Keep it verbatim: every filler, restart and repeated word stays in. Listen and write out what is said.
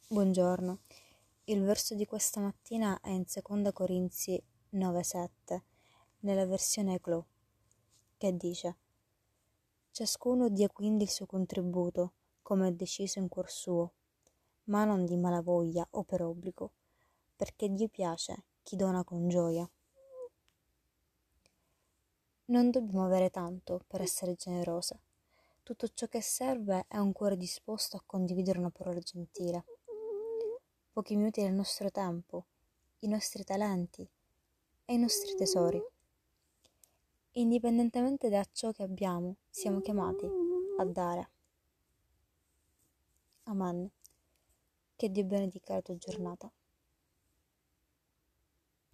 Buongiorno, il verso di questa mattina è in seconda Corinzi nove sette, nella versione Clou, che dice: Ciascuno dia quindi il suo contributo, come è deciso in cuor suo, ma non di malavoglia o per obbligo, perché Dio piace chi dona con gioia. Non dobbiamo avere tanto per essere generose. Tutto ciò che serve è un cuore disposto a condividere una parola gentile. Pochi minuti del nostro tempo, i nostri talenti e i nostri tesori. Indipendentemente da ciò che abbiamo, siamo chiamati a dare. Amen. Che Dio benedica la tua giornata.